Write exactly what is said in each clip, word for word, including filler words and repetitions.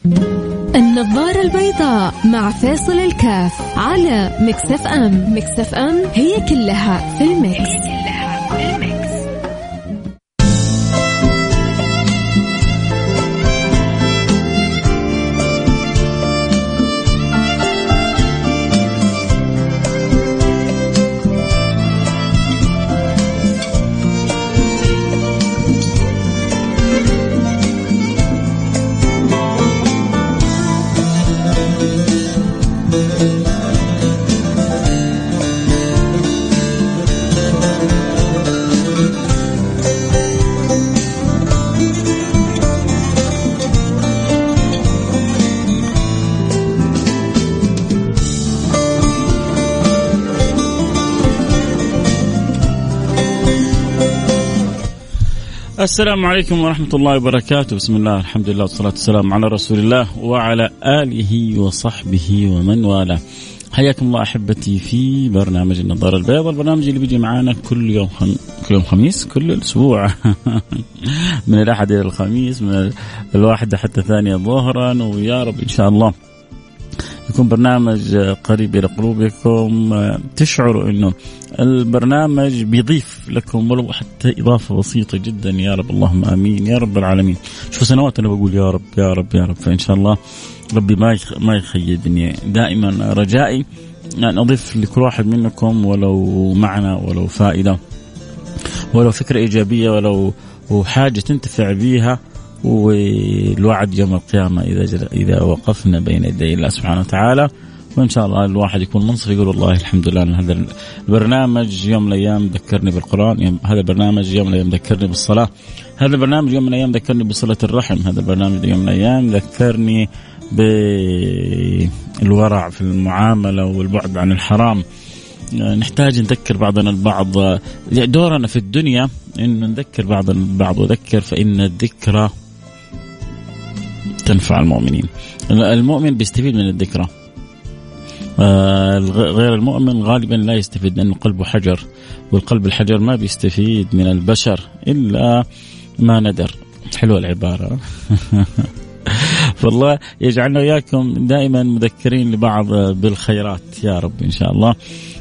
النظارة البيضاء مع فاصل الكاف على ميكس اف ام. ميكس اف ام هي كلها في الميكس. السلام عليكم ورحمة الله وبركاته. بسم الله الحمد لله والصلاة والسلام على رسول الله وعلى آله وصحبه ومن والاه. حياكم الله أحبتي في برنامج النظارة البيضاء، البرنامج اللي بيجي معانا كل يوم خم... كل يوم خميس كل الأسبوع من الأحد إلى الخميس، من الواحدة حتى الثانية ظهرا، ويا رب إن شاء الله يكون برنامج قريب إلى قلوبكم، تشعروا إنه البرنامج بيضيف لكم ولو حتى إضافة بسيطة جدا. يا رب اللهم آمين يا رب العالمين. شوف سنوات أنا بقول يا رب يا رب يا رب، فإن شاء الله ربي ما ما يخيبني. دائما رجائي أن أضيف لكل واحد منكم ولو معنى، ولو فائدة، ولو فكرة إيجابية، ولو حاجة تنتفع بيها. والوعد يوم القيامة إذا إذا وقفنا بين يدي الله سبحانه وتعالى، وإن شاء الله الواحد يكون منصف يقول والله الحمد لله أن هذا البرنامج يوم من الأيام ذكرني بالقرآن، هذا البرنامج يوم من الأيام ذكرني بالصلاة، هذا البرنامج يوم من الأيام ذكرني بصلة الرحم، هذا البرنامج يوم من الأيام ذكرني بالورع في المعاملة والبعد عن الحرام. نحتاج نذكر بعضنا البعض، دورنا في الدنيا إن نذكر بعضنا البعض، وذكر فإن الذكرى تنفع المؤمنين. المؤمن بيستفيد من الذكرى، غير المؤمن غالبا لا يستفيد لأنه قلبه حجر، والقلب الحجر ما بيستفيد من البشر إلا ما ندر. حلوة العبارة فالله يجعلنا وياكم دائما مذكرين لبعض بالخيرات يا رب إن شاء الله.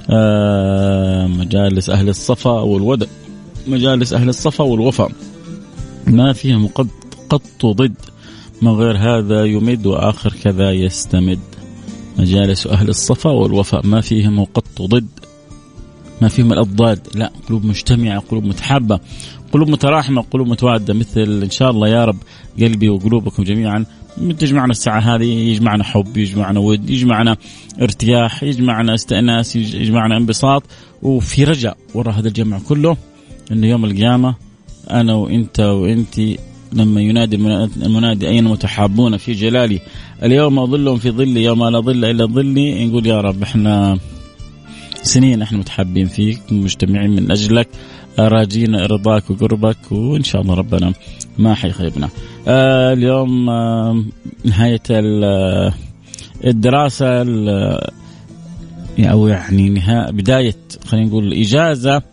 مجالس أهل الصفا والودع، مجالس أهل الصفا والوفاء ما فيهم قد قط ضد، ما غير هذا يمد وآخر كذا يستمد. مجالس أهل الصفا والوفاء ما فيهم قط ضد، ما فيهم الأضداد، لا، قلوب مجتمعة، قلوب متحابة، قلوب متراحمة، قلوب متوادة. مثل إن شاء الله يا رب قلبي وقلوبكم جميعا تجمعنا الساعة هذه، يجمعنا حب، يجمعنا ود، يجمعنا ارتياح، يجمعنا استئناس، يجمعنا انبساط، وفي رجاء وراء هذا الجمع كله إنه يوم القيامة أنا وإنت وإنتي لما ينادي المنادي أين متحابون في جلالي اليوم أظلهم في ظلي يوم لا ظل إلا ظلي، نقول يا رب إحنا سنين إحنا متحابين فيك، مجتمعين من أجلك، راجين رضاك وقربك، وإن شاء الله ربنا ما حيخيبنا. آه اليوم آه نهاية الدراسة، أو يعني نهاية بداية خلينا نقول إجازة.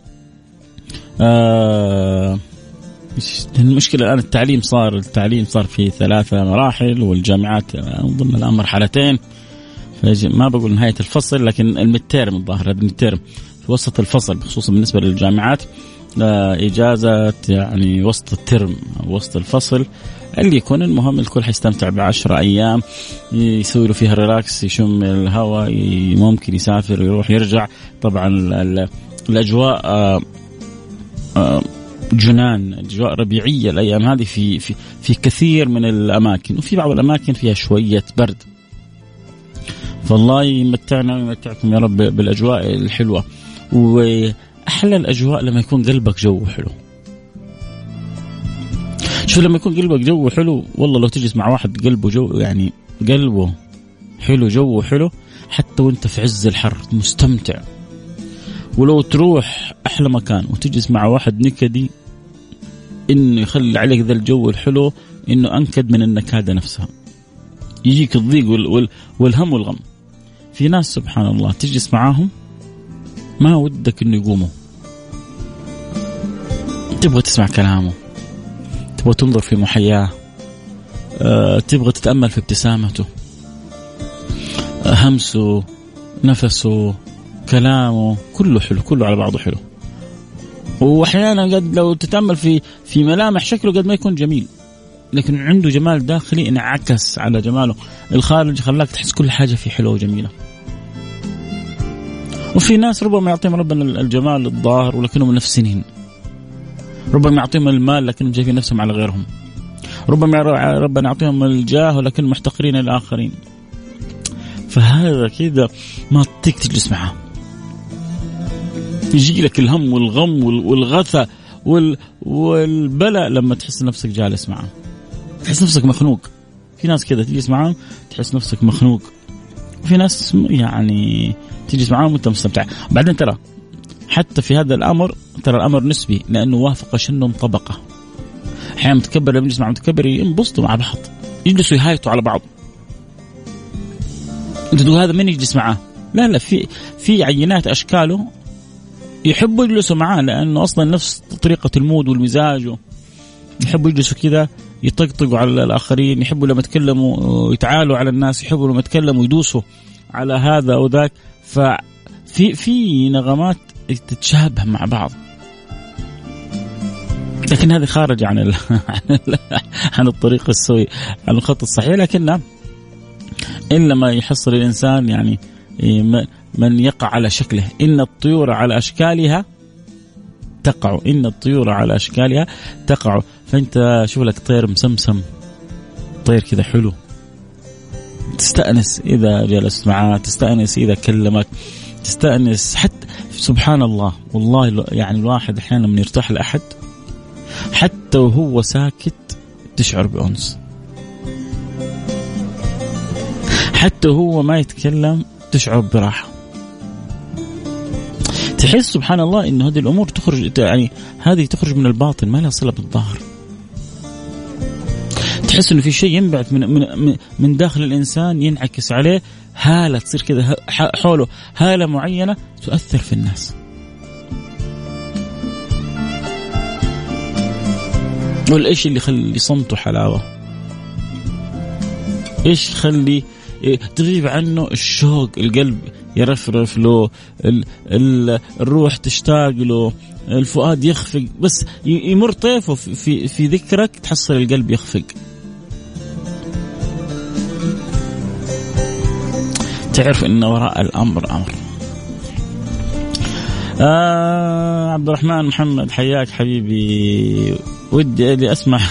آه المشكلة الآن التعليم صار التعليم صار في ثلاثة مراحل، والجامعات أظن الآن مرحلتين. ما بقول نهاية الفصل، لكن المترم الظاهر هذا المترم في وسط الفصل، خصوصا بالنسبة للجامعات. إجازة يعني وسط الترم، وسط الفصل اللي يكون. المهم الكل حيستمتع بعشرة أيام يسوي له فيها ريلاكس، يشم الهواء، ممكن يسافر يروح يرجع. طبعا الأجواء جنان، أجواء ربيعية الأيام هذه في في في كثير من الأماكن، وفي بعض الأماكن فيها شوية برد. فالله يمتعنا ويمتعكم يا رب بالأجواء الحلوة. وأحلى الأجواء لما يكون قلبك جو حلو. شوف لما يكون قلبك جو حلو، والله لو تجلس مع واحد قلبه جو، يعني قلبه حلو جو حلو، حتى وانت في عز الحر مستمتع. ولو تروح أحلى مكان وتجلس مع واحد نكدي، إنه يخلي عليك ذا الجو الحلو، إنه أنكد من النكادة نفسها، يجيك الضيق وال وال والهم والغم. في ناس سبحان الله تجلس معاهم ما ودك إنه يقوموا، تبغى تسمع كلامه، تبغى تنظر في محياه، أه تبغى تتأمل في ابتسامته، همسه، نفسه، كلامه، كله حلو، كله على بعضه حلو. وأحيانا قد لو تتأمل في في ملامح شكله قد ما يكون جميل، لكن عنده جمال داخلي انعكس على جماله الخارجي، خلاك تحس كل حاجة فيه حلوة وجميلة. وفي ناس ربما يعطيهم ربنا الجمال الظاهر ولكنهم نفسيين، ربما يعطيهم المال لكنهم شايفين نفسهم على غيرهم، ربما ربنا يعطيهم الجاه ولكن محتقرين الآخرين. فهذا كذا ما تك تجلس معه، يجي لك الهم والغم والغثى والبلاء لما تحس نفسك جالس معه، تحس نفسك مخنوق. في ناس كذا تجلس معهم تحس نفسك مخنوق، وفي ناس يعني تجلس معهم وانت مستمتع. بعدين ترى حتى في هذا الأمر ترى الأمر نسبي، لأنه وافق شنهم طبقة. أحيانا متكبر لما يجلس مع متكبر ينبسطوا مع بعض، يجلسوا يهايتوا على بعض. أنت تقول هذا من يجلس معه؟ لا لا، في في عينات أشكاله يحبوا يجلسوا معاه، لأنه أصلا نفس طريقة المود والمزاج، يحبوا يجلسوا كذا يطقطقوا على الآخرين، يحبوا لما يتكلموا يتعالوا على الناس، يحبوا لما يتكلموا يدوسوا على هذا أو ذاك. ففي في نغمات تتشابه مع بعض، لكن هذه خارج عن ال... عن الطريق السوي، عن الخط الصحيح. لكن إلا ما يحصل الإنسان يعني من يقع على شكله. إن الطيور على أشكالها تقع، إن الطيور على أشكالها تقع. فأنت شوف لك طير مسمسم، طير كذا حلو، تستأنس إذا جلست معاه، تستأنس إذا كلمك، تستأنس. حتى سبحان الله والله يعني الواحد أحيانا من يرتاح لأحد حتى وهو ساكت تشعر بأنس، حتى وهو ما يتكلم تشعر براحة. تحس سبحان الله إنه هذه الأمور تخرج، يعني هذه تخرج من الباطن ما لها صلة بالظاهر. تحس إنه في شيء ينبعث من من من داخل الإنسان ينعكس عليه، هالة تصير كذا حوله، هالة معينة تؤثر في الناس. والإيش اللي يخلي صمته حلاوة؟ إيش يخلي تغيب عنه؟ الشوق، القلب يرفرف له، ال ال الروح تشتاق له، الفؤاد يخفق. بس يمر طيفه في في ذكرك تحصل القلب يخفق. تعرف إن وراء الأمر أمر. آه عبد الرحمن محمد حياك حبيبي، ودي اللي أسمع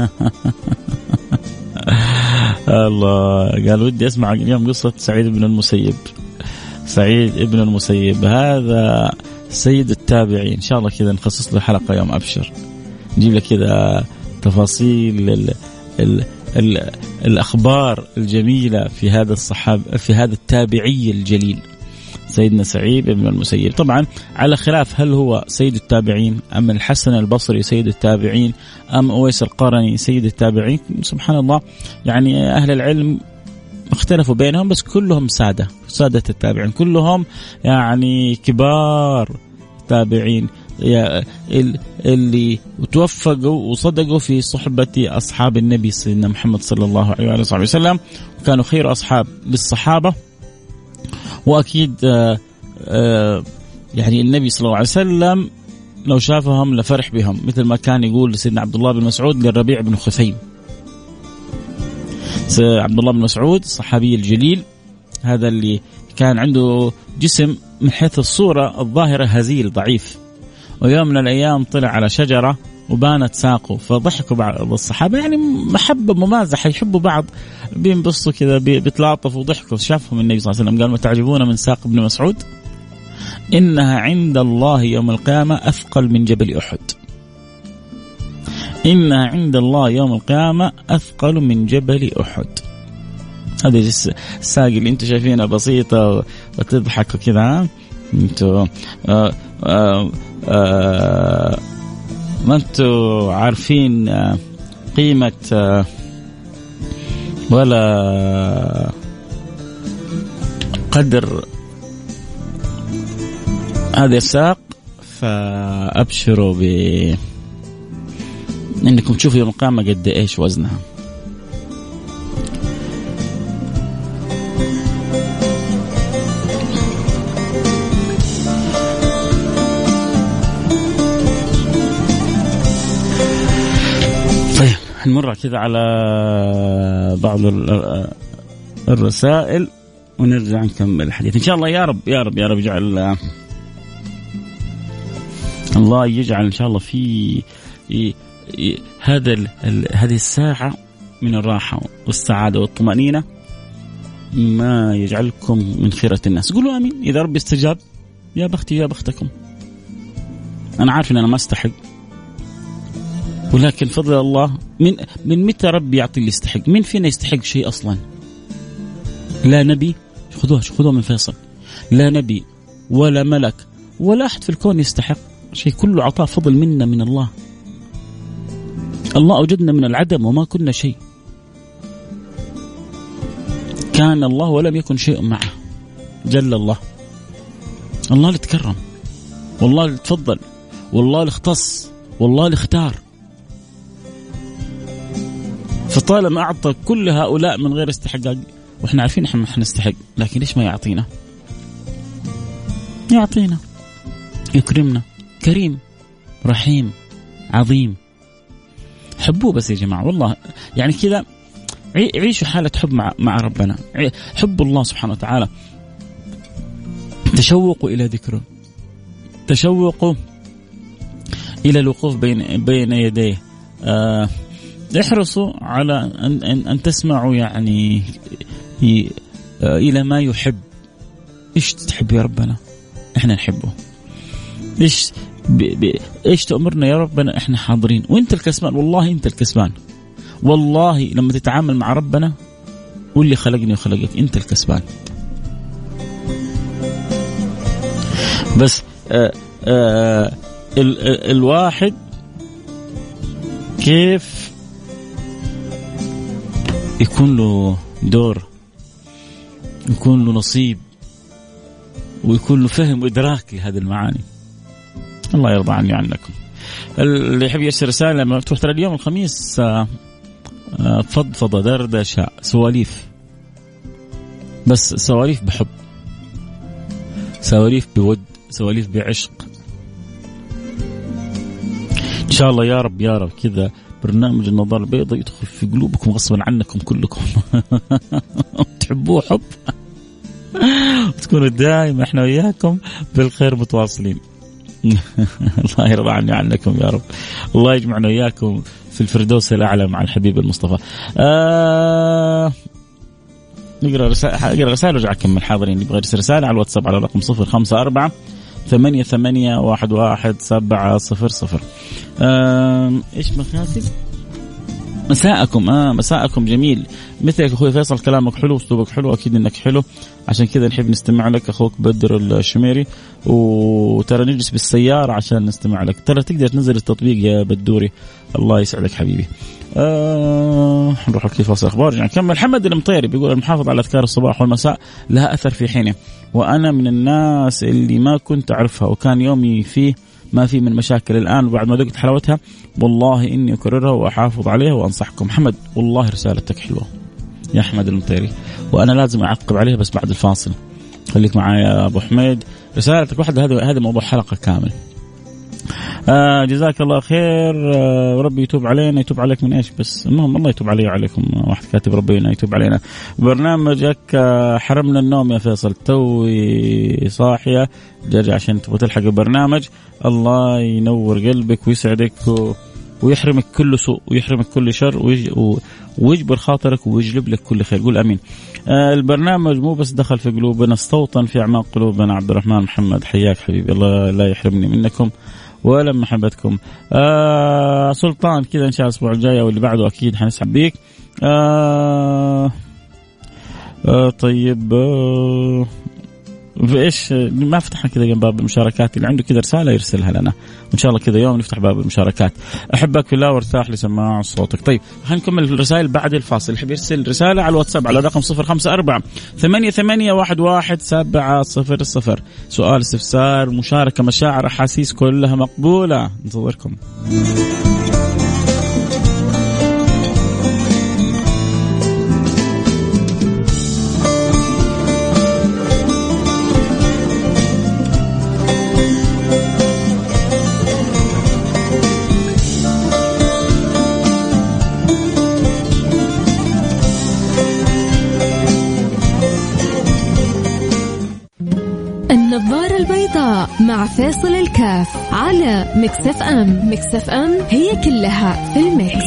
الله قال ودي أسمع اليوم قصة سعيد بن المسيب. سعيد ابن المسيب هذا سيد التابعين، إن شاء الله كذا نخصص له حلقة يوم أبشر، نجيب لك كذا تفاصيل ال ال ال الأخبار الجميلة في هذا الصحاب في هذا التابعي الجليل سيدنا سعيد ابن المسيب. طبعا على خلاف هل هو سيد التابعين أم الحسن البصري سيد التابعين أم أويس القرني سيد التابعين. سبحان الله، يعني أهل العلم اختلفوا بينهم، بس كلهم سادة سادة التابعين، كلهم يعني كبار تابعين اللي توفقوا وصدقوا في صحبة أصحاب النبي سيدنا محمد صلى الله عليه وسلم، كانوا خير أصحاب للصحابة. وأكيد آآ آآ يعني النبي صلى الله عليه وسلم لو شافهم لفرح بهم، مثل ما كان يقول لسيدنا عبد الله بن مسعود للربيع بن خثيم. عبد الله بن مسعود الصحابي الجليل هذا اللي كان عنده جسم من حيث الصورة الظاهرة هزيل ضعيف، ويوم من الأيام طلع على شجرة وبانت ساقه، فضحكوا بعض الصحابة، يعني محبة ممازحة، يحبوا بعض، بينبسطوا كذا بيتلاطفوا وضحكوا. شافهم النبي صلى الله عليه وسلم قال: ما تعجبون من ساق ابن مسعود؟ إنها عند الله يوم القيامة أثقل من جبل أحد. إنها عند الله يوم القيامة أثقل من جبل أحد. هذه الساق اللي انتم شايفينها بسيطة وتضحكوا كذا، انتم آه آه آه ما انتم عارفين آه قيمة آه ولا قدر هذه الساق. فأبشروا ب إنكم تشوفوا يوم القيامة قد إيش وزنها. نمر كذا على بعض الرسائل ونرجع نكمل الحديث إن شاء الله. يا رب يا رب يا رب يجعل الله يجعل إن شاء الله في هذا هذه الساعة من الراحة والسعادة والطمأنينة ما يجعلكم من خيرة الناس. قولوا آمين. إذا ربي استجاب يا بختي يا بختكم. أنا عارف أن أنا ما استحق، ولكن فضل الله. من من متى ربي يعطي اللي يستحق؟ من فينا يستحق شيء أصلا؟ لا نبي، خذوها خذوها من فيصل، لا نبي ولا ملك ولا أحد في الكون يستحق شيء، كله عطاء فضل منا من الله. الله أوجدنا من العدم وما كنا شيء، كان الله ولم يكن شيء معه، جل الله. الله اللي تكرم، والله اللي تفضل، والله اللي اختص، والله اللي اختار. فطالما أعطى كل هؤلاء من غير استحقاق، وإحنا عارفين إحنا ما نستحق، لكن ليش ما يعطينا؟ يعطينا، يكرمنا، كريم رحيم عظيم. حبوه بس يا جماعة والله، يعني كذا عيشوا حالة حب مع مع ربنا. حب الله سبحانه وتعالى، تشوقوا إلى ذكره، تشوقوا إلى الوقوف بين بين يديه. آه احرصوا على أن أن, أن تسمعوا يعني إلى ما يحب. إيش تحب يا ربنا؟ إحنا نحبه. إيش ب... ب... إيش تأمرنا يا ربنا؟ إحنا حاضرين. وأنت الكسبان، والله أنت الكسبان. والله لما تتعامل مع ربنا واللي خلقني وخلقك أنت الكسبان. بس آآ آآ ال... ال... الواحد كيف يكون له دور، يكون له نصيب، ويكون له فهم وإدراك لهذه المعاني. الله يرضى عني وعنكم. اللي يحب يرسل رسالة لما تروح ترى اليوم الخميس فضفضة دردشة سواليف، بس سواليف بحب، سواليف بود، سواليف بعشق. إن شاء الله يا رب يا رب كذا برنامج النظارة البيضاء يدخل في قلوبكم غصبا عنكم كلكم تحبوه حب وتكونوا دائما احنا وياكم بالخير متواصلين. الله يرضى عني عنكم يا رب. الله يجمعنا وياكم في الفردوس الأعلى مع الحبيب المصطفى. آه... نقرأ رسائل، أقرأ رسائل ورجع أكمل. حاضرين يبغى يرسل رسالة على الواتساب على رقم صفر خمسة أربعة ثمانية ثمانية واحد واحد سبعة صفر صفر. آه... إيش مكاتب؟ مساءكم آه مساءكم جميل مثلك أخوي فيصل، كلامك حلو، أسلوبك حلو، أكيد إنك حلو، عشان كذا نحب نستمع لك. أخوك بدر الشميري، وترى نجلس بالسيارة عشان نستمع لك. ترى تقدر تنزل التطبيق يا بدوري. الله يسعدك حبيبي. آه نروح كيف فاصل أخبار يعني كمل. محمد المطيري بيقول المحافظ على أذكار الصباح والمساء لها أثر في حينه، وأنا من الناس اللي ما كنت أعرفها وكان يومي فيه ما في من مشاكل. الآن بعد ما ذقت حلاوتها والله إني أكررها وأحافظ عليها وأنصحكم. محمد والله رسالتك حلوة يا أحمد المطيري، وأنا لازم أعقب عليها بس بعد الفاصل. خليك معايا يا أبو حميد، رسالتك واحدة، هذا هذا موضوع حلقة كامل. آه جزاك الله خير. آه ربي يتوب علينا، يتوب عليك من إيش بس المهم الله يتوب علي وعليكم. واحد كاتب ربنا يتوب علينا. برنامجك آه حرمنا النوم يا فيصل، توي صاحية جري عشان تبغى تلحق البرنامج. الله ينور قلبك ويسعدك و... ويحرمك كل سوء ويحرمك كل شر ويج... ويجبر خاطرك ويجلب لك كل خير. قول أمين. آه البرنامج مو بس دخل في قلوبنا، استوطن في أعماق قلوبنا. عبد الرحمن محمد حياك حبيبي، الله لا يحرمني منكم ولا محبتكم. آه سلطان كذا إن شاء الله الأسبوع الجاي أو اللي بعده أكيد حنسحب بيك. آه آه طيب آه ايش ما فتحنا كذا جنب باب المشاركات، اللي عنده كذا رساله يرسلها لنا وان شاء الله كذا يوم نفتح باب المشاركات. احبك في الله وارتاح لسماع صوتك. طيب هنكمل الرسائل بعد الفاصل. يحب يرسل رساله على الواتساب على رقم صفر خمسة أربعة ثمانية ثمانية واحد واحد سبعة صفر صفر. سؤال، استفسار، مشاركه، مشاعر، احاسيس كلها مقبوله. ننتظركم. النظارة البيضاء مع فاصل الكاف على ميكس اف ام. ميكس اف ام هي كلها في الميكس.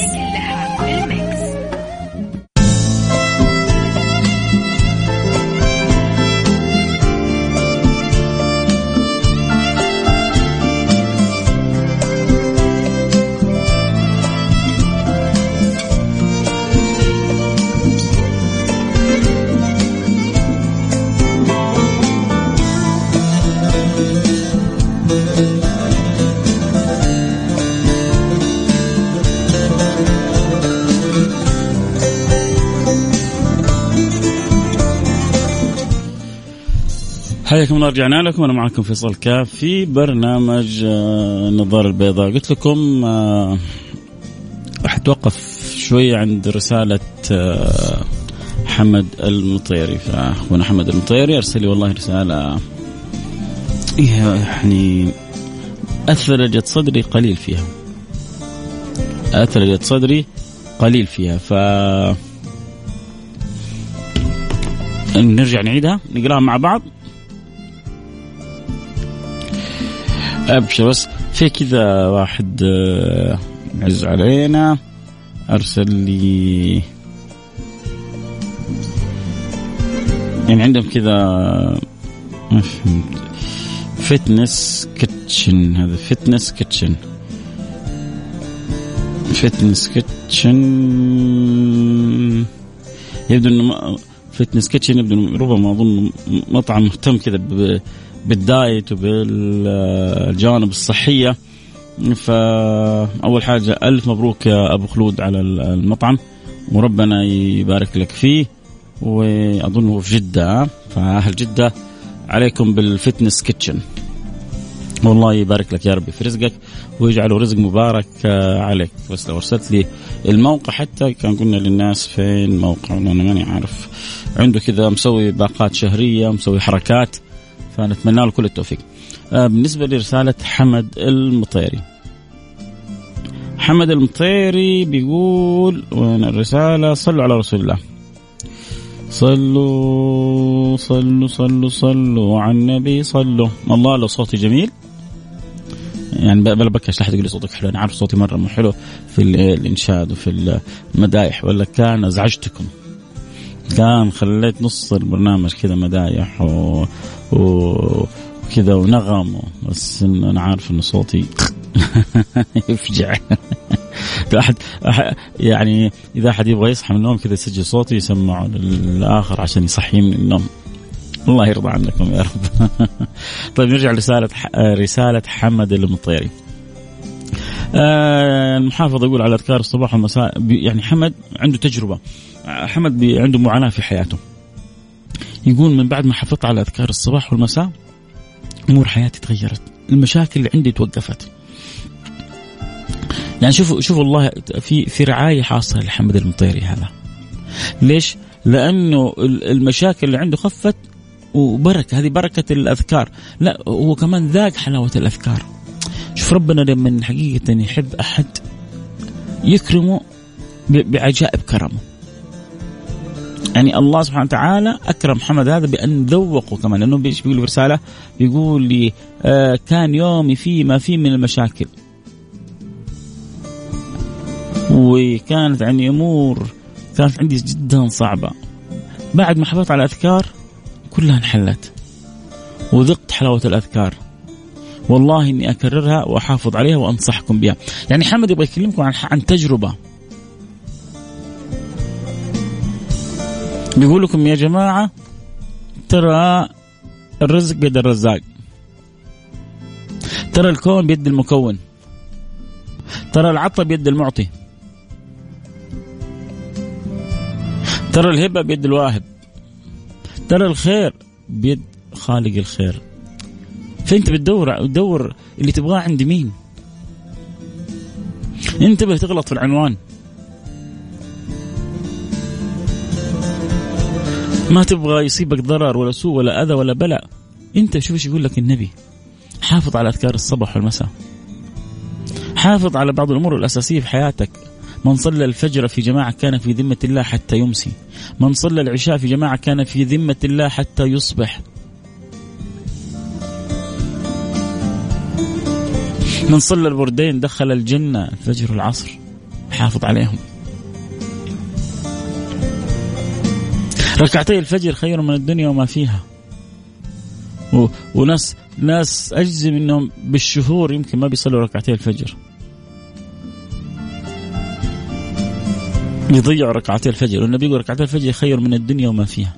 حياكم الله، رجعنا لكم. أنا معكم فيصل كاف في برنامج النظارة البيضاء. قلت لكم راح أتوقف شوية عند رسالة حمد المطيري. فأخونا حمد المطيري أرسل لي والله رسالة يعني أثلجت صدري قليل فيها أثلجت صدري قليل فيها ف نرجع نعيدها نقراها مع بعض. أبشر بس في كذا واحد عز علينا أرسل لي يعني عندهم كذا فتنس كيتشن. هذا فتنس كيتشن فتنس كيتشن يبدو إنه فتنس كيتشن يبدو ربما أظن مطعم مهتم كذا بالدايت وبالجانب الصحية. فأول حاجة ألف مبروك يا أبو خلود على المطعم وربنا يبارك لك فيه، وأظنه في جدة. فأهل جدة عليكم بالفتنس كيتشن، والله يبارك لك يا ربي في رزقك ويجعله رزق مبارك عليك. بس لو أرسلت لي الموقع حتى كان قلنا للناس فين موقع، أنا ماني عارف. عنده كذا مسوي باقات شهرية مسوي حركات، فنتمنى له كل التوفيق. آه بالنسبة لرسالة حمد المطيري، حمد المطيري بيقول وين الرسالة؟ صلوا على رسول الله، صلوا صلوا صلوا صلوا على النبي صلوا. الله لو صوتي جميل يعني بلا بكش لحد يقول لي صوتك حلو. أنا عارف صوتي مرة مو حلو في الإنشاد وفي المدايح، ولا كان أزعجتكم، كان خليت نص البرنامج كذا مدايح و... وكذا ونغم، بس أنا عارف إن صوتي يفجع. أحد يعني إذا أحد يبغى يصحى من النوم كذا يسجل صوتي يسمعه للآخر عشان يصحيه من النوم. الله يرضى عنكم يا رب. طيب نرجع لرسالة رسالة حمد المطيري. آه المحافظ يقول على أذكار الصباح والمساء. يعني حمد عنده تجربة، حمد عنده معاناة في حياته. يقول من بعد ما حفظت على أذكار الصباح والمساء أمور حياتي تغيرت، المشاكل اللي عندي توقفت. يعني شوفوا شوفوا الله في في رعاية حاصلة لحمد المطيري هذا. ليش؟ لأنه المشاكل اللي عنده خفت وبركة، هذه بركة الأذكار. لا هو كمان ذاق حلاوة الأذكار. شوف ربنا لما حقيقة يحب أحد يكرمه بعجائب كرمه. يعني الله سبحانه وتعالى أكرم محمد هذا بأن ذوقه كمان، لأنه بيش بيقول برسالة بيقول لي آه كان يومي فيه ما فيه من المشاكل، وكانت عندي أمور كانت عندي جدا صعبة. بعد ما حفظت على الأذكار كلها انحلت وذقت حلاوة الأذكار. والله إني أكررها وأحافظ عليها وأنصحكم بها. يعني حمد يبغى يكلمكم عن عن تجربة. بيقول لكم يا جماعة ترى الرزق بيد الرزاق، ترى الكون بيد المكون، ترى العطاء بيد المعطي، ترى الهبة بيد الواهب، ترى الخير بيد خالق الخير. فأنت بتدور تدور اللي تبغاه عند مين. انتبه تغلط في العنوان، ما تبغى يصيبك ضرر ولا سوء ولا أذى ولا بلاء. انت شوف ايش يقول لك النبي، حافظ على أذكار الصباح والمساء، حافظ على بعض الأمور الأساسية في حياتك. من صلى الفجر في جماعة كان في ذمة الله حتى يمسي، من صلى العشاء في جماعة كان في ذمة الله حتى يصبح. من صلى البردين دخل الجنة، الفجر والعصر حافظ عليهم. ركعتي الفجر خير من الدنيا وما فيها. و... وناس ناس أجزم إنهم بالشهور يمكن ما بيصلوا ركعتي الفجر، يضيعوا ركعتي الفجر، والنبي يقول ركعتي الفجر خير من الدنيا وما فيها.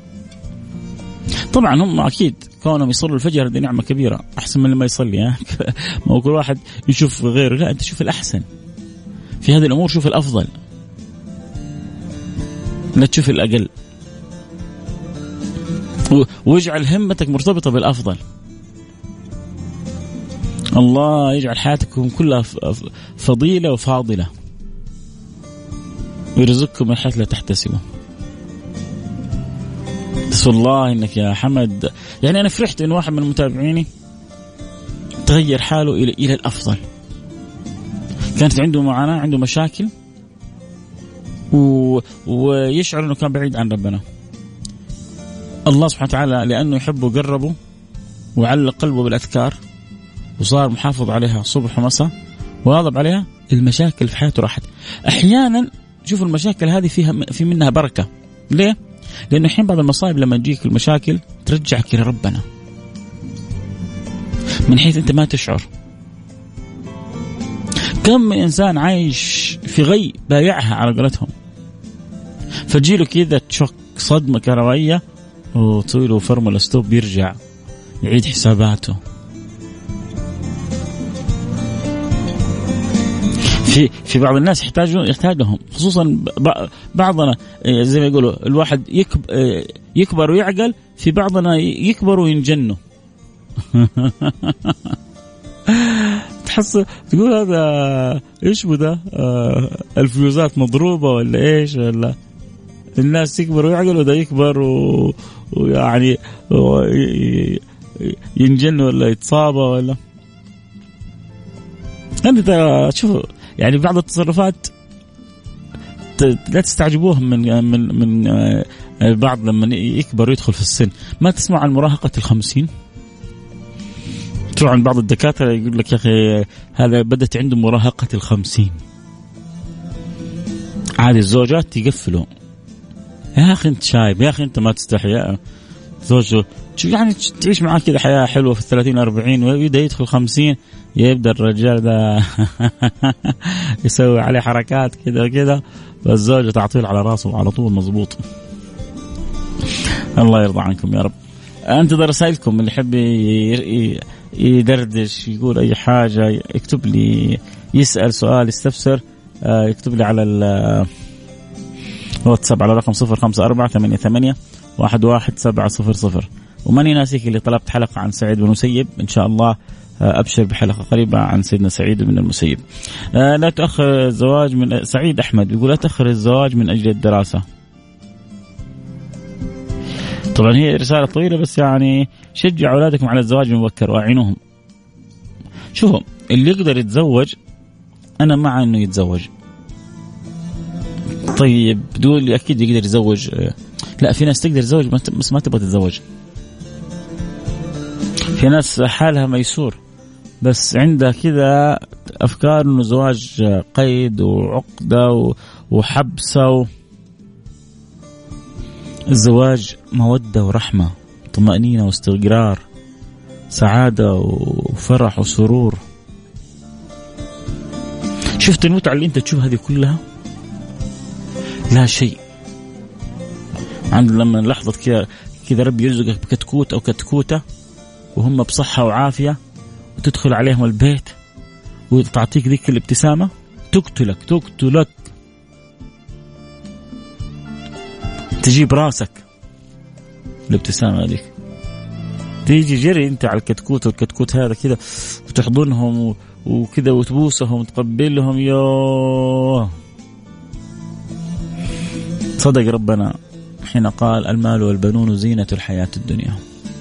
طبعا هم أكيد كونهم يصلوا الفجر هذه نعمة كبيرة، أحسن من لما يصلي. ها ما هو كل واحد يشوف غيره، لا أنت شوف الأحسن في هذه الأمور، شوف الأفضل، لا تشوف الأقل، واجعل همتك مرتبطة بالأفضل. الله يجعل حياتكم كلها فضيلة وفاضلة، ويرزقكم من حيث لا تحتسبوا. بس والله إنك يا حمد، يعني أنا فرحت إن واحد من متابعيني تغير حاله إلى إلى الأفضل. كانت عنده معاناة، عنده مشاكل، و... ويشعر إنه كان بعيد عن ربنا. الله سبحانه وتعالى لأنه يحبه قربه وعلق قلبه بالأذكار، وصار محافظ عليها صبح ومساء، واظب عليها. المشاكل في حياته راحت. أحيانا شوف المشاكل هذه فيها في منها بركة. ليه؟ لأنه حين بعض المصائب لما تجيك المشاكل ترجعك إلى ربنا من حيث أنت ما تشعر. كم من إنسان عايش في غي بايعها على قولتهم، فجيله كذا تشك صدمة كهربائية وطويله فرمل ستوب، بيرجع يعيد حساباته. في في بعض الناس يحتاجون يحتاجهم، خصوصا بعضنا زي ما يقولوا الواحد يكبر ويعقل، في بعضنا يكبر وينجنوا. تحس تقول هذا ايش بده، الفيوزات مضروبة ولا ايش، ولا الناس تكبر ويعقل وده يكبر و... ويعني و... ينجن ولا يتصاب ولا. أنت تشوف يعني بعض التصرفات لا تستعجبوهم من من من بعض لما يكبر ويدخل في السن. ما تسمع عن مراهقة الخمسين؟ تروح عند بعض الدكاترة يقول لك يا أخي هذا بدت عنده مراهقة الخمسين. عادي الزوجات يقفلوا، يا أخي أنت شايب، يا أخي أنت ما تستحي زوجه يعني تعيش معاه كذا حياة حلوة في الثلاثين أربعين، ويبدأ يدخل خمسين يبدأ الرجال ده يسوي عليه حركات كذا كذا، والزوجة تعطيل على راسه على طول مزبوط. الله يرضى عنكم يا رب. أنتظر رسائلكم، اللي يحب يدردش يقول أي حاجة يكتب لي، يسأل سؤال يستفسر يكتب لي على الواتساب على رقم صفر خمسة أربعة ثمانية ثمانية واحد واحد سبعة صفر صفر. وماني ناسيك اللي طلبت حلقة عن سعيد بن المسيب، إن شاء الله أبشر بحلقة قريبة عن سيدنا سعيد بن المسيب. لا تأخر الزواج من سعيد أحمد يقول لا تأخر الزواج من أجل الدراسة. طبعا هي رسالة طويلة، بس يعني شجع أولادكم على الزواج مبكر وأعينوهم. شوفوا اللي يقدر يتزوج أنا مع إنه يتزوج. طيب دول أكيد يقدر يتزوج، لا في ناس تقدر تتزوج بس ما تبغى تتزوج. في ناس حالها ميسور بس عندها كذا أفكار إنه الزواج قيد وعقدة وحبسة. الزواج مودة ورحمة، طمأنينة واستقرار، سعادة وفرح وسرور. شفت المتعة اللي انت تشوف هذه كلها لا شيء عند لما لحظة كذا كذا ربي يرزقك بكتكوت أو كتكوتة وهم بصحة وعافية، وتدخل عليهم البيت وتعطيك ذيك الابتسامة تقتلك تقتلك تجيب راسك الابتسامة هذيك. تيجي جري انت على الكتكوت والكتكوت هذا كذا وتحضنهم وكذا وتبوسهم وتقبلهم. يوه صدق ربنا حين قال المال والبنون زينة الحياة الدنيا.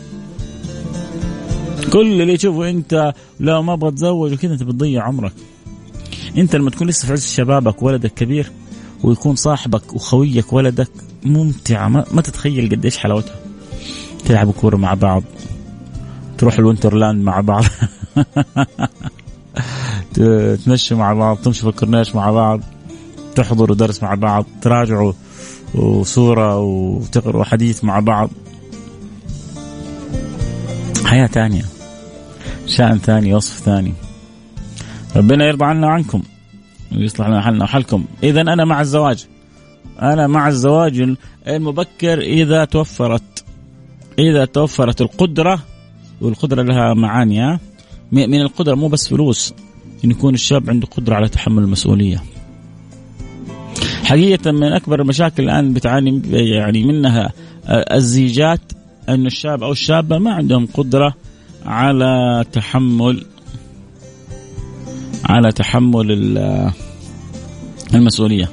كل اللي تشوفه انت لا ما ابغى اتزوج وكذا انت بتضيع عمرك. انت لما تكون لسه في عز شبابك ولدك كبير ويكون صاحبك وخويك ولدك ممتع ما, ما تتخيل قديش حلاوتها. تلعبوا كورة مع بعض، تروح الوينترلاند مع بعض تمشوا مع بعض، تمشوا في الكورنيش مع بعض، تحضروا درس مع بعض، تراجعوا وصورة وتقرأوا حديث مع بعض. حياة تانية، شأن ثاني، وصف ثاني. ربنا يرضى عنا وعنكم ويصلح لنا حالنا وحالكم. إذن أنا مع الزواج، أنا مع الزواج المبكر إذا توفرت إذا توفرت القدرة، والقدرة لها معاني. من القدرة مو بس فلوس، إن يكون الشاب عنده قدرة على تحمل المسؤولية. حقيقة من أكبر المشاكل الآن بتعاني يعني منها الزيجات، أن الشاب أو الشابة ما عندهم قدرة على تحمل على تحمل المسؤولية.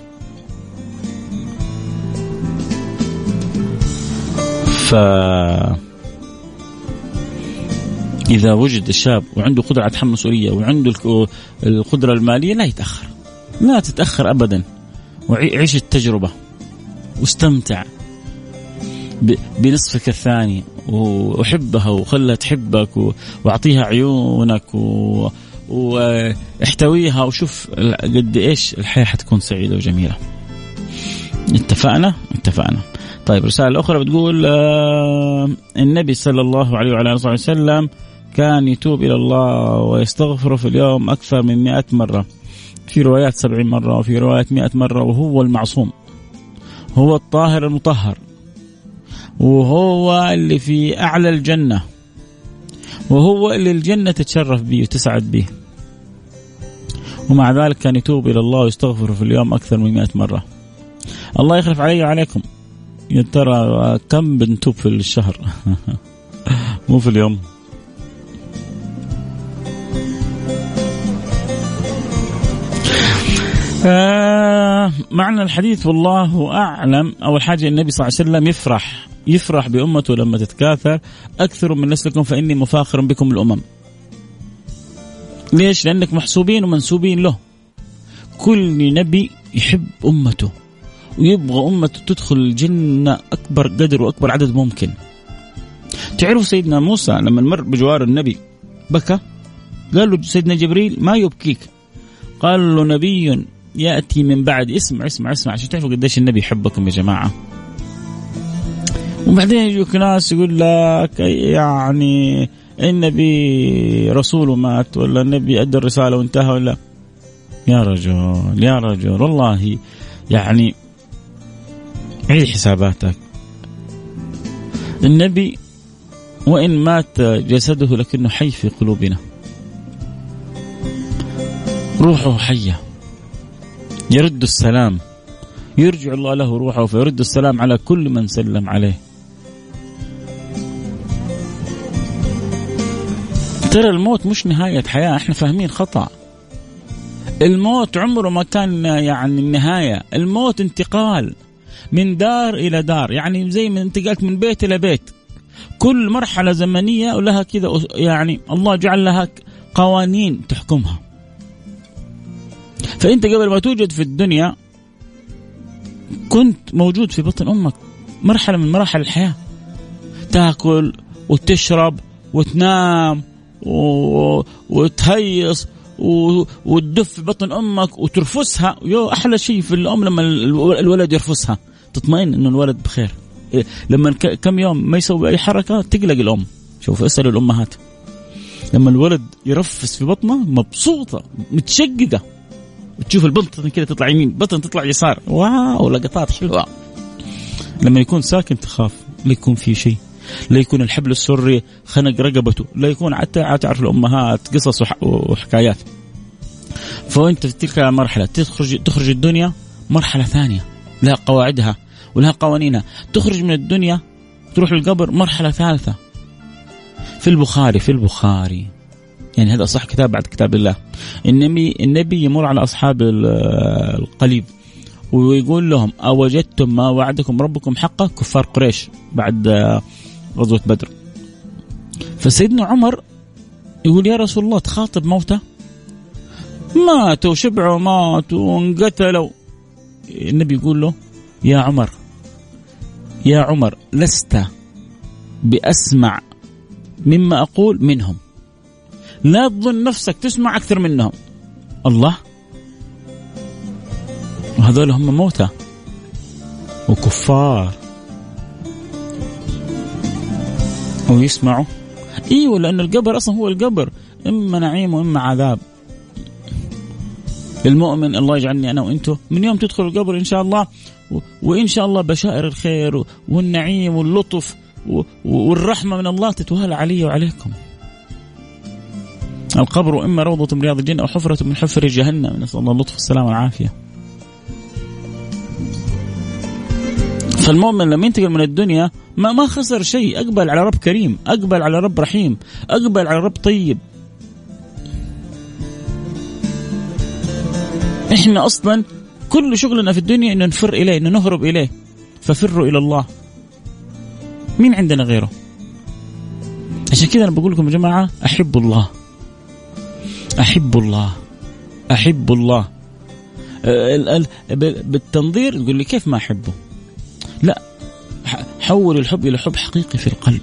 فإذا وجد الشاب وعنده قدرة على تحمل المسؤولية وعنده القدرة المالية لا يتأخر، لا تتأخر أبدا، وعيش التجربة واستمتع بنصفك الثاني، وأحبها وخلها تحبك، وأعطيها عيونك واحتويها، وشوف قد إيش الحياة حتكون سعيدة وجميلة. اتفقنا اتفقنا. طيب رسالة أخرى بتقول آه النبي صلى الله عليه وعلى آله وسلم كان يتوب إلى الله ويستغفر في اليوم أكثر من مئة مرة، في روايات سبعين مرة وفي روايات مئة مرة، وهو المعصوم، هو الطاهر المطهر، وهو اللي في أعلى الجنة، وهو اللي الجنة تتشرف به وتسعد به، ومع ذلك كان يتوب إلى الله ويستغفر في اليوم أكثر من مئة مرة. الله يخلف علي وعليكم، يا ترى كم بنتوب في الشهر؟ مو في اليوم. آه معنى الحديث والله أعلم. أول حاجة النبي صلى الله عليه وسلم يفرح يفرح بأمته لما تتكاثر. أكثر من نسلكم فإني مفاخر بكم الأمم. ليش؟ لأنك محسوبين ومنسوبين له. كل نبي يحب أمته ويبغى أمته تدخل الجنة أكبر قدر وأكبر عدد ممكن. تعرف سيدنا موسى لما مر بجوار النبي بكى، قال له سيدنا جبريل ما يبكيك؟ قال له نبي يأتي من بعد. اسمع اسمع اسمع عشان تعرفوا قديش النبي يحبكم يا جماعة. وبعدين يجوك ناس يقول لك يعني النبي رسوله مات، ولا النبي أدى الرسالة وانتهى، ولا يا رجل يا رجل والله يعني عيد حساباتك. النبي وإن مات جسده لكنه حي في قلوبنا، روحه حية، يرد السلام، يرجع الله له روحه فيرد السلام على كل من سلم عليه. ترى الموت مش نهاية حياة، احنا فاهمين خطأ. الموت عمره ما كان يعني النهاية. الموت انتقال من دار إلى دار، يعني زي ما انتقلت من بيت إلى بيت. كل مرحلة زمنية ولها كذا، يعني الله جعل لها قوانين تحكمها. فأنت قبل ما توجد في الدنيا كنت موجود في بطن أمك، مرحلة من مراحل الحياة، تأكل وتشرب وتنام و... وتهيص و... وتدف في بطن أمك وترفسها. يو أحلى شيء في الأم لما الولد يرفسها، تطمئن إنه الولد بخير. لما ك... كم يوم ما يسوي أي حركة تقلق الأم. شوف اسألوا الأمهات، لما الولد يرفس في بطنه مبسوطة متشققة، وتشوف البطن كده تطلع يمين، بطن تطلع يسار، واو لقطات حلوة. لما يكون ساكن تخاف لا يكون في شيء، لا يكون الحبل السري خنق رقبته، لا يكون حتى تعرف الأمهات قصص وحكايات. فأنت في تلك المرحلة تخرج تخرج الدنيا مرحلة ثانية لها قواعدها ولها قوانينها. تخرج من الدنيا تروح القبر مرحلة ثالثة. في البخاري في البخاري يعني هذا صح كتاب بعد كتاب الله. النبي النبي يمر على أصحاب القليب ويقول لهم أوجدتم ما وعدكم ربكم حقا؟ كفار قريش بعد غزوة بدر. فسيدنا عمر يقول يا رسول الله تخاطب موتى؟ ماتوا شبعوا ماتوا وانقتلوا. النبي يقول له يا عمر يا عمر لست بأسمع مما أقول منهم، لا تظن نفسك تسمع أكثر منهم. الله، وهذول هم موتى وكفار ويسمعوا. ايوه، لأن القبر أصلا هو القبر، إما نعيم وإما عذاب. المؤمن الله يجعلني أنا وإنتو من يوم تدخل القبر إن شاء الله، وإن شاء الله بشائر الخير والنعيم واللطف والرحمة من الله تتوالى علي وعليكم. القبر إما روضة من رياض الجنة أو حفرة من حفر جهنم، نسأل الله اللطف والسلام والعافية. فالمؤمن لما ينتقل من الدنيا ما ما خسر شيء، أقبل على رب كريم، أقبل على رب رحيم، أقبل على رب طيب. إحنا أصلا كل شغلنا في الدنيا إنه نفر إليه، إنه نهرب إليه، ففروا إلى الله. مين عندنا غيره؟ عشان كذا أنا بقول لكم يا جماعة، أحب الله، أحب الله، أحب الله. بالتنظير تقول لي كيف ما أحبه؟ لا، حول الحب إلى حب حقيقي في القلب.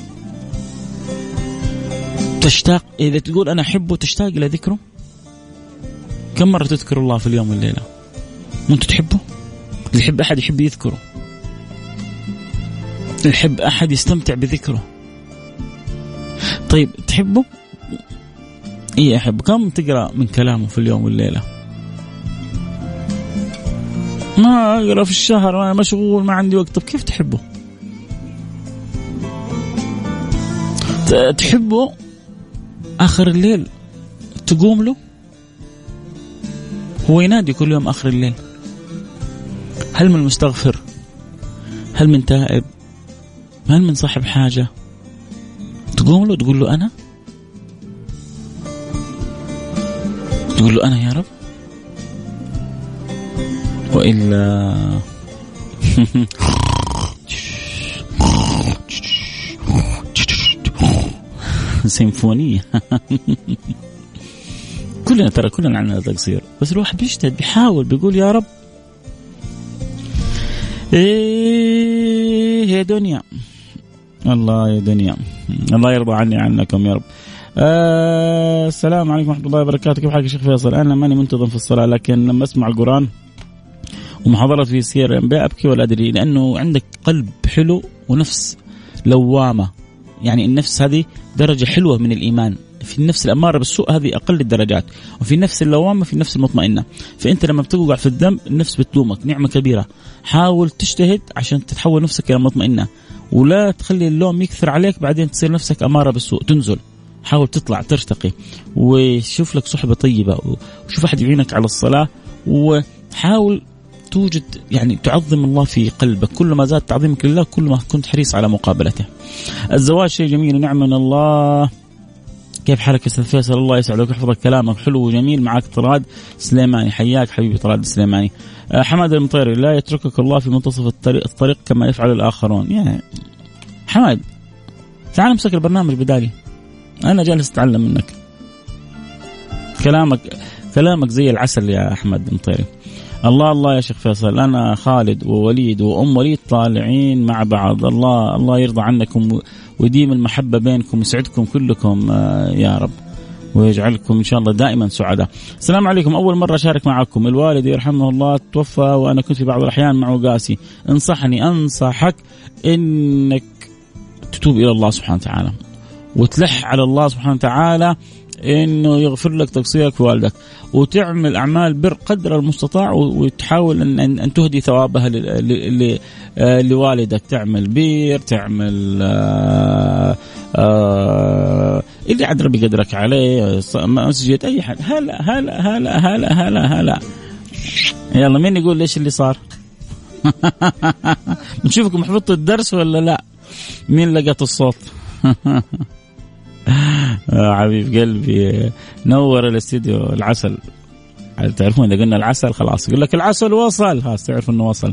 تشتاق، إذا تقول أنا أحبه تشتاق إلى ذكره. كم مرة تذكر الله في اليوم والليلة؟ وأنت تحبه؟ اللي يحب أحد يحب يذكره، اللي يحب أحد يستمتع بذكره. طيب تحبه؟ إيه أحب. كم تقرأ من كلامه في اليوم والليلة؟ ما أقرأ في الشهر وأنا مشغول ما عندي وقت. طب كيف تحبه؟ تحبه آخر الليل تقوم له، هو ينادي كل يوم آخر الليل، هل من مستغفر؟ هل من تائب؟ هل من صاحب حاجة؟ تقوم له تقول له أنا، تقول له أنا يا رب، وإلا سيمفونية. كلنا ترى كلنا عندنا تقصير، بس الواحد بيجتهد بيحاول بيقول يا رب. إيه يا دنيا، الله يا دنيا، الله يرضى عني عنكم يا رب. آه السلام عليكم ورحمة الله وبركاته. كيف حالك يا شيخ فيصل؟ أنا ماني منتظم في الصلاة، لكن لما أسمع القرآن ومحاضرة في سير الأنبياء أبكي ولا أدري، لأنه عندك قلب حلو ونفس لوامة. يعني النفس هذه درجة حلوة من الإيمان. في النفس الأمارة بالسوء هذه أقل الدرجات، وفي النفس اللوامة في النفس المطمئنة. فأنت لما بتوقع في الذنب النفس بتلومك، نعمة كبيرة. حاول تجتهد عشان تتحول نفسك إلى مطمئنة، ولا تخلي اللوم يكثر عليك بعدين تصير نفسك أمارة بالسوء تنزل. حاول تطلع ترتقي، وشوف لك صحبة طيبة، وشوف أحد يعينك على الصلاة، وحاول توجد يعني تعظم الله في قلبك. كل ما زاد تعظيمك لله كل ما كنت حريص على مقابلته. الزواج شيء جميل ونعم من الله. كيف حالك يا أستاذ فيصل؟ الله يسعدك ويحفظك، كلامك حلو وجميل. معك طراد سليماني، حياك حبيبي طراد سليماني. أه حماد المطيري، لا يتركك الله في منتصف الطريق, الطريق كما يفعل الآخرون. يعني حماد تعال امسك البرنامج بدالي، أنا جالس أتعلم منك. كلامك كلامك زي العسل يا أحمد المطيري. الله الله يا شيخ فيصل، أنا خالد ووليد وأم وليد طالعين مع بعض. الله الله يرضى عنكم ويديم المحبة بينكم ويسعدكم كلكم يا رب، ويجعلكم إن شاء الله دائما سعداء. السلام عليكم، أول مرة أشارك معكم. الوالد يرحمه الله توفى وأنا كنت في بعض الأحيان معه قاسي. انصحني أنصحك إنك تتوب إلى الله سبحانه وتعالى، وتلح على الله سبحانه وتعالى إنه يغفر لك تقصيرك في والدك، وتعمل أعمال بر قدر المستطاع، وتحاول أن أن تهدي ثوابها لوالدك. تعمل بير، تعمل آآ آآ اللي عاد ربي قدرك عليه، مسجد، أي حد. هلا هلا هلا هلا هلا هلا. يلا مين يقول ليش اللي صار؟ نشوفكم حفظتوا الدرس ولا لا؟ مين لقت الصوت؟ حبيب قلبي نور الاستديو. العسل تعرفون إذا قلنا العسل خلاص يقول لك العسل وصل، خلاص تعرف إنه وصل.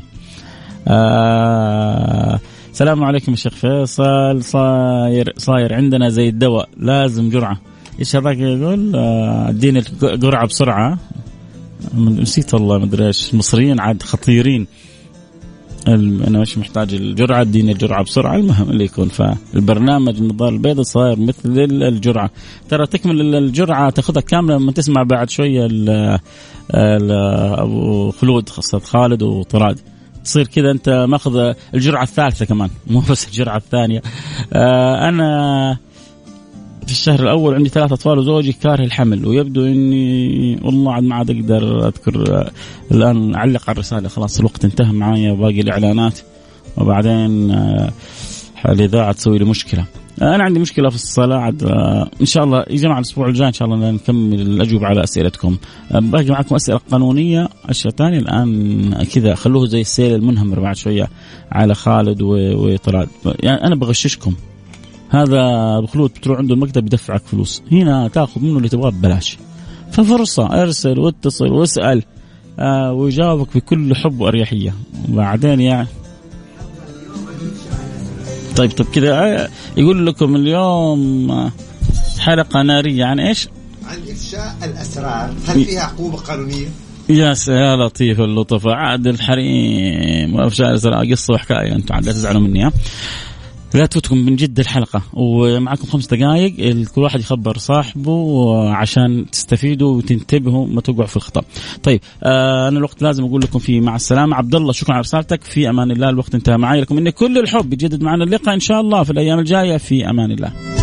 آه السلام عليكم يا شيخ فيصل. صاير صاير عندنا زي الدواء لازم جرعة. إيش هذاك يقول؟ اديني الجرعة بسرعة. نسيت والله ما أدري إيش. المصريين عاد خطيرين. أنا مش محتاج الجرعة، اديني الجرعة بسرعة، المهم اللي يكون. فالبرنامج النظارة البيضاء صاير مثل الجرعة، ترى تكمل الجرعة تاخذها كاملة لما تسمع بعد شوية أبو خلود خاصة خالد وطراد، تصير كذا أنت ماخذ الجرعة الثالثة كمان مو بس الجرعة الثانية. آه أنا في الشهر الأول عندي ثلاثة أطفال وزوجي كاره الحمل، ويبدو إني والله عاد ما عاد أقدر أذكر الآن أعلق على الرسالة، خلاص الوقت انتهى معايا، باقي الإعلانات وبعدين الإذاعة تسوي لي مشكلة. أنا عندي مشكلة في الصلاة عاد، إن شاء الله يا جماعة الأسبوع الجاي إن شاء الله نكمل الأجوبة على أسئلتكم. باقي معكم أسئلة قانونية، أشياء ثانية الآن كذا خلوه زي السيل المنهمر بعد شوية على خالد وطراد. يعني أنا بغششكم، هذا بخلود بتروح عنده المكتب يدفعك فلوس، هنا تاخذ منه اللي تبغاه ببلاش. ففرصة ارسل واتصل واسأل آه ويجاوبك بكل حب وأريحية. وبعدين يعني طيب طيب كذا يقول لكم اليوم حلقة نارية عن إيش؟ عن إفشاء الأسرار، هل فيها عقوبة قانونية؟ يا يا لطيف اللطف، عاد الحريم وإفشاء الأسرار قصة وحكاية، أنتم عاد لا تزعلوا مني. لا تفوتكم من جد الحلقة، ومعكم خمس دقائق كل واحد يخبر صاحبه عشان تستفيدوا وتنتبهوا ما توقعوا في الخطأ. طيب آه أنا الوقت لازم أقول لكم فيه مع السلامة. عبد الله شكرا على رسالتك، في أمان الله، الوقت انتهى معي، لكم إني كل الحب يجدد معنا اللقاء إن شاء الله في الأيام الجاية، في أمان الله.